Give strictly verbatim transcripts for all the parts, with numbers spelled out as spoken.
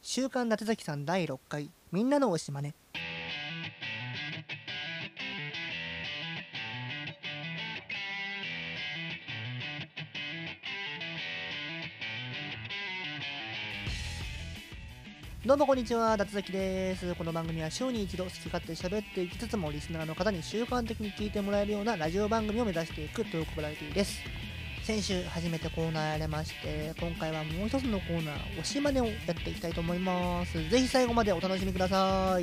週刊伊達崎さんだいろっかい、みんなの推しマネ。どうもこんにちは、伊達崎です。この番組は週に一度好き勝手喋っていきつつもリスナーの方に習慣的に聞いてもらえるようなラジオ番組を目指していくトークバラエティです。先週初めてコーナーやれまして、今回はもう一つのコーナー、推しマネをやっていきたいと思います。ぜひ最後までお楽しみください。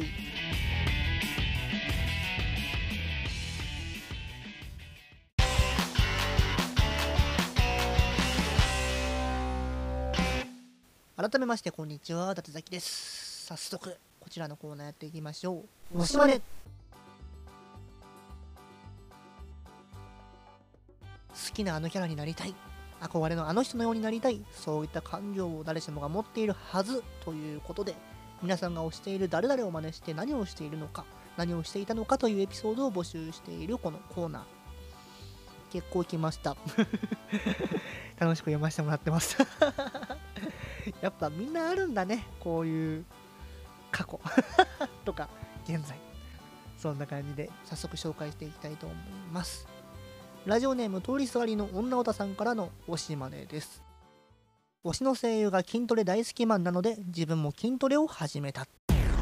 改めましてこんにちは、伊達崎です。早速こちらのコーナーやっていきましょう。推しマネ。好きなあのキャラになりたい、憧れのあの人のようになりたい、そういった感情を誰しもが持っているはずということで、皆さんが推している誰々を真似して何をしているのか、何をしていたのかというエピソードを募集しているこのコーナー。結構来ました楽しく読ませてもらってますやっぱみんなあるんだね、こういう過去とか現在。そんな感じで早速紹介していきたいと思います。ラジオネーム通りすがりの女オタさんからの推しマネです。推しの声優が筋トレ大好きマンなので自分も筋トレを始めた。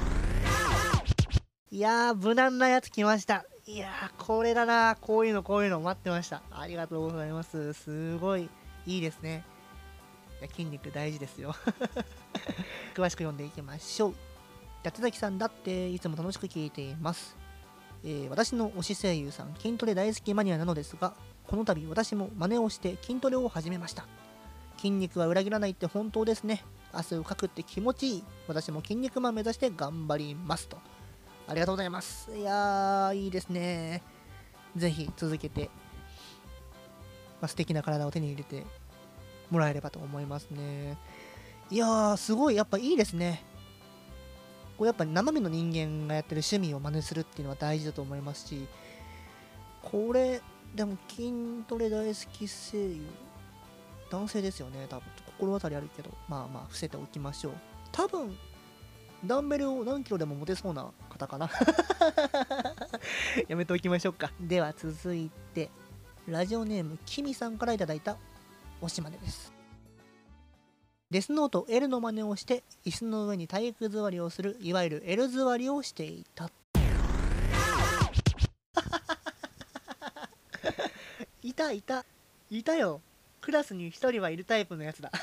いやー、無難なやつ来ました。いやー、これだな、こういうのこういうの待ってました。ありがとうございます。すごいいいですね。いや、筋肉大事ですよ詳しく読んでいきましょう。伊達崎さんだっていつも楽しく聞いています。えー、私の推し声優さん、筋トレ大好きマニアなのですが、この度私も真似をして筋トレを始めました。筋肉は裏切らないって本当ですね。汗をかくって気持ちいい。私も筋肉マン目指して頑張りますと。ありがとうございます。いやー、いいですね。ぜひ続けて、まあ、素敵な体を手に入れてもらえればと思いますね。いやー、すごい、やっぱいいですね。こうやっぱ生身の人間がやってる趣味を真似するっていうのは大事だと思いますし、これ、でも筋トレ大好き声優、男性ですよね、多分。心当たりあるけど、まあまあ、伏せておきましょう。多分、ダンベルを何キロでも持てそうな方かなやめておきましょうか。では続いて、ラジオネームキミさんからいただいた推しマネです。デスノート L の真似をして椅子の上に体育座りをする、いわゆる L 座りをしていたいたいたいたよ、クラスに一人はいるタイプのやつだ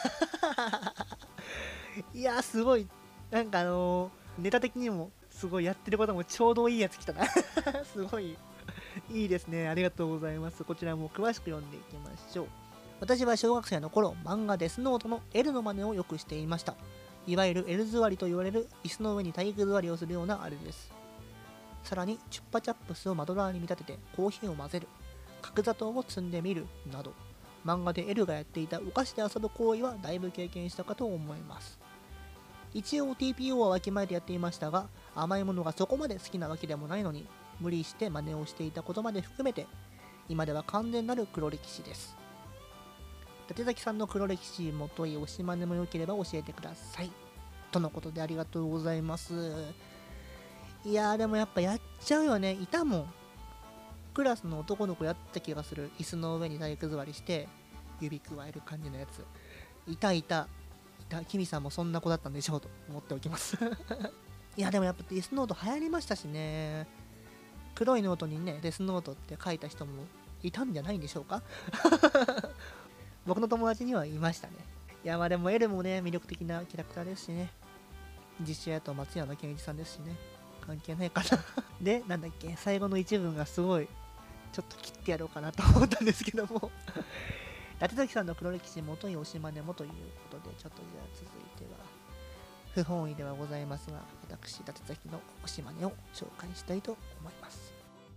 いやー、すごい、なんかあのー、ネタ的にもすごいやってることもちょうどいいやつ来たなすごいいいですね。ありがとうございます。こちらも詳しく読んでいきましょう。私は小学生の頃、漫画デスノートの L の真似をよくしていました。いわゆる L 座りと言われる椅子の上に体育座りをするようなあれです。さらにチュッパチャップスをマドラーに見立ててコーヒーを混ぜる、角砂糖を積んでみるなど、漫画で L がやっていたお菓子で遊ぶ行為はだいぶ経験したかと思います。一応 ティーピーオー はわきまえてやっていましたが、甘いものがそこまで好きなわけでもないのに無理して真似をしていたことまで含めて、今では完全なる黒歴史です。伊達崎さんの黒歴史もとい推しマネも良ければ教えてくださいとのことで、ありがとうございます。いやー、でもやっぱやっちゃうよね。いたもん、クラスの男の子やった気がする。椅子の上に体育座りして指くわえる感じのやつ、いたいたいた。キミさんもそんな子だったんでしょうと思っておきますいやでもやっぱデスノート流行りましたしね。黒いノートにね、デスノートって書いた人もいたんじゃないんでしょうか僕の友達にはいましたね。いやまあでも L もね、魅力的なキャラクターですしね。実写やと松山ケンイチさんですしね。関係ないかなで、なんだっけ、最後の一文がすごい、ちょっと切ってやろうかなと思ったんですけども伊達崎さんの黒歴史もとい推しマネもということで、ちょっとじゃあ続いては不本意ではございますが、私伊達崎の推しマネを紹介したいと思います。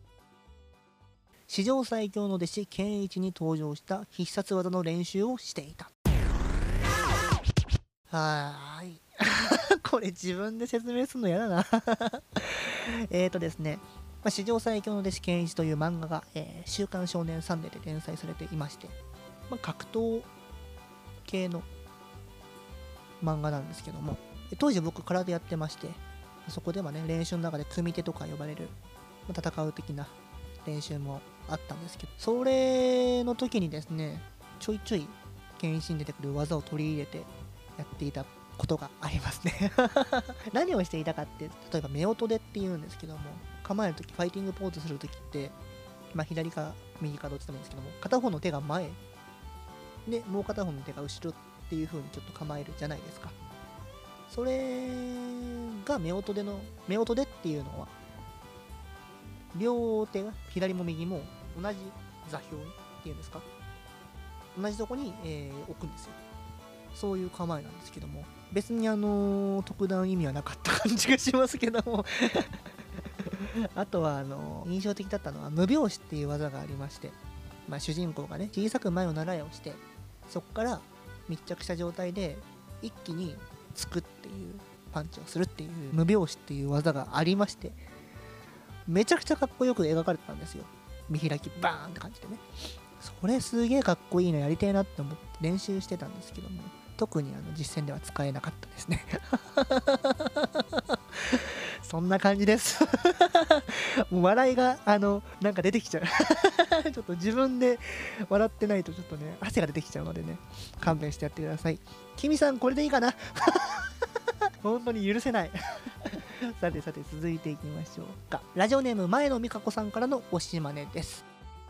史上最強の弟子ケンイチに登場した必殺技の練習をしていた。はーいこれ自分で説明するの嫌だなえーとですね、まあ、史上最強の弟子ケンイチという漫画が、えー、週刊少年サンデーで連載されていまして、まあ、格闘系の漫画なんですけども、 当時僕空手やってまして、そこではね練習の中で組手とか呼ばれる戦う的な練習もあったんですけど、それの時にですねちょいちょい剣心に出てくる技を取り入れてやっていたことがありますね何をしていたかって、例えば目音でっていうんですけども、構えるときファイティングポーズするときって、まあ、左か右かどっちでもいいんですけども、片方の手が前でもう片方の手が後ろっていう風にちょっと構えるじゃないですか。それが目音での目音でっていうのは、両手が左も右も同じ座標っていうんですか、同じとこに、えー置くんですよ。そういう構えなんですけども、別にあのー特段意味はなかった感じがしますけどもあとはあのー印象的だったのは無拍子っていう技がありまして、まあ、主人公がね小さく前を習いをして、そこから密着した状態で一気につくっていうパンチをするっていう無拍子っていう技がありまして、めちゃくちゃかっこよく描かれてたんですよ。見開きバーンって感じでね、それすげえかっこいいのやりてえなって思って練習してたんですけども、特にあの実践では使えなかったですねそんな感じですもう笑いがあのなんか出てきちゃうちょっと自分で笑ってないとちょっとね汗が出てきちゃうのでね、勘弁してやってください。キミさんこれでいいかな本当に許せないさてさて続いていきましょうか。ラジオネーム前野美香子さんからのおしまねです。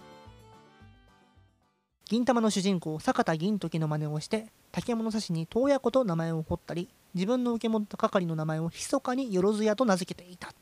銀玉の主人公坂田銀時の真似をして竹物差しに洞爺湖と名前を彫ったり、自分の受け持った係の名前を密かによろずやと名付けていた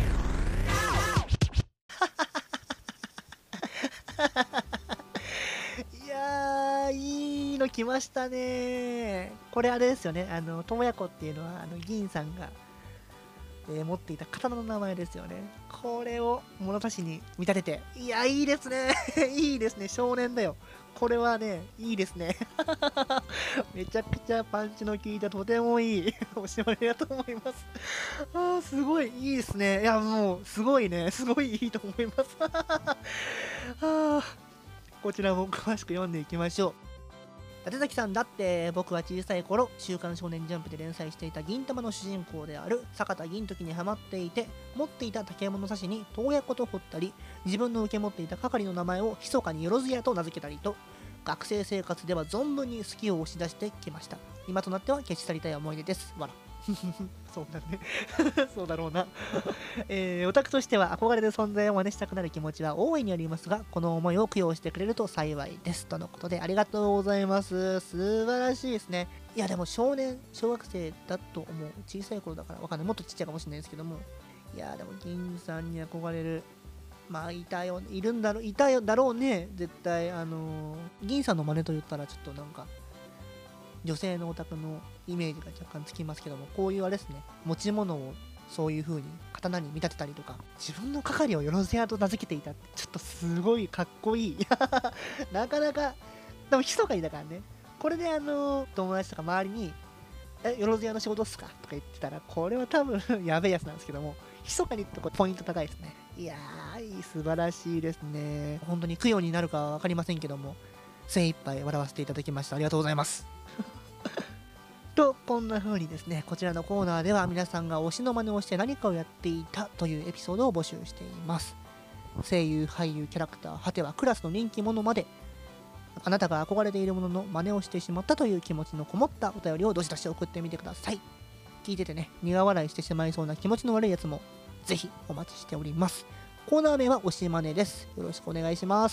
いやーいいの来ましたね。これあれですよね、あの洞爺湖っていうのはあの銀さんが、えー持っていた刀の名前ですよね。これを物差しに見立てて、いやいいですねいいですね、少年だよ。これはねいいですねめちゃくちゃパンチの効いたとてもいいおしまいだと思いますあーすごいいいですね。いやもうすごいね、すごいいいと思いますあこちらも詳しく読んでいきましょう。立崎さん、だって僕は小さい頃週刊少年ジャンプで連載していた銀玉の主人公である坂田銀時にハマっていて、持っていた竹物差しに洞爺湖と彫ったり、自分の受け持っていた係の名前を密かによろずやと名付けたりと、学生生活では存分に好きを押し出してきました。今となっては消し去りたい思い出です。わらそうだねそうだろうなえー、オタクとしては憧れる存在を真似したくなる気持ちは大いにありますが、この思いを供養してくれると幸いですとのことで、ありがとうございます。素晴らしいですね。いやでも少年小学生だと思う、小さい頃だからわかんない、もっとちっちゃいかもしれないですけども、いやでも銀さんに憧れる、まあいたよ、いるんだろう、いたよだろうね絶対。あのー、銀さんの真似と言ったらちょっとなんか女性のオタクのイメージが若干つきますけども、こういうあれですね、持ち物をそういう風に刀に見立てたりとか、自分の係をよろずやと名付けていたって、ちょっとすごいかっこいいなかなか、でも密かにだからね、これであの友達とか周りにえよろずやの仕事っすかとか言ってたら、これは多分やべえやつなんですけども、密かにってとこポイント高いですね。いやー素晴らしいですね。本当に供養になるかは分かりませんけども、精一杯笑わせていただきました。ありがとうございますと、こんな風にですね、こちらのコーナーでは皆さんが推しの真似をして何かをやっていたというエピソードを募集しています。声優、俳優、キャラクター、果てはクラスの人気者まで、あなたが憧れているものの真似をしてしまったという気持ちのこもったお便りをどしどし送ってみてください。聞いててね、苦笑いしてしまいそうな気持ちの悪いやつもぜひお待ちしております。コーナー名は推し真似です。よろしくお願いします。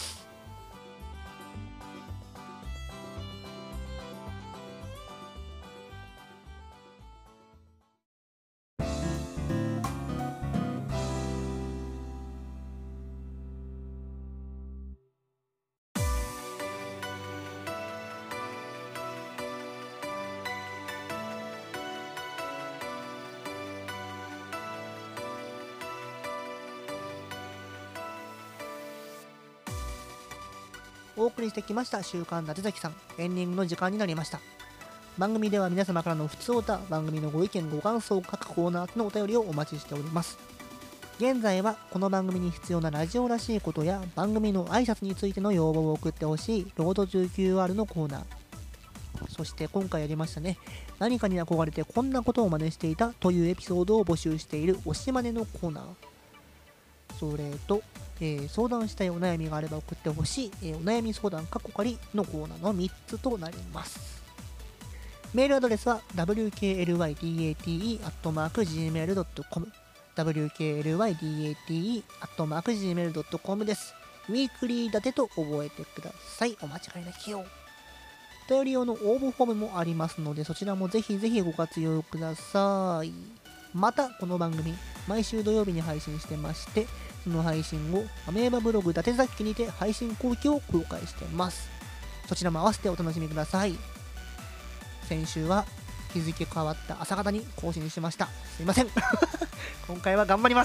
お送りしてきました週刊立崎さん、エンディングの時間になりました。番組では皆様からの普通おた、番組のご意見ご感想、各コーナーのお便りをお待ちしております。現在はこの番組に必要なラジオらしいことや番組の挨拶についての要望を送ってほしいロード中 キューアール のコーナー、 そして今回やりましたね、何かに憧れてこんなことを真似していたというエピソードを募集している推しマネのコーナー、それと、えー相談したいお悩みがあれば送ってほしい、えーお悩み相談カッコ仮のコーナーのみっつとなります。メールアドレスは ダブリューケーエルワイディーエーティーイー アットマーク ジーメールドットコム ダブリューケーエルワイディーエーティーイー アットマーク ジーメールドットコム です。ウィークリー立てと覚えてください。お間違いなきよう。お便り用の応募フォームもありますので、そちらもぜひぜひご活用ください。また、この番組、毎週土曜日に配信してまして、その配信をアメーバブログ伊達雑記にて配信後期を公開してます。そちらも合わせてお楽しみください。先週は日付変わった朝方に更新しました。すいません。今回は頑張ります。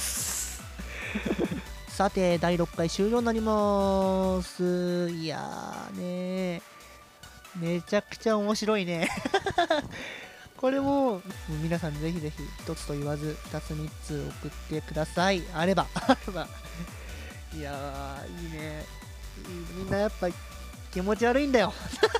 さて、だいろっかい終了になります。いやーねー、めちゃくちゃ面白いね。これも皆さんぜひぜひ一つと言わずふたつみっつ送ってください。あれば。あれば。いやー、いいね。みんなやっぱ気持ち悪いんだよ。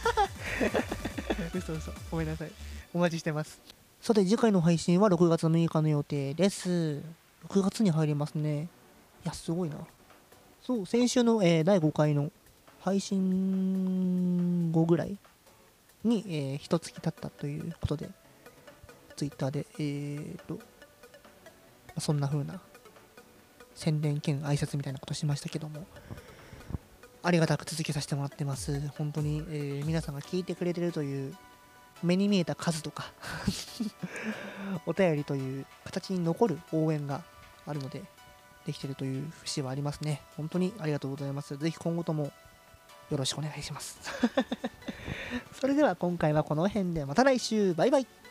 嘘嘘。ごめんなさい。お待ちしてます。さて、次回の配信はろくがつむいかの予定です。ろくがつに入りますね。いや、すごいな。そう、先週の、えーだいごかいの配信後ぐらいに、えー、一月経ったということで、ツイッターで、えーと、そんな風な宣伝兼挨拶みたいなことしましたけども、ありがたく続けさせてもらってます。本当に、えー皆さんが聞いてくれてるという目に見えた数とかお便りという形に残る応援があるのでできてるという節はありますね。本当にありがとうございます。ぜひ今後ともよろしくお願いします。それでは今回はこの辺で、また来週、バイバイ。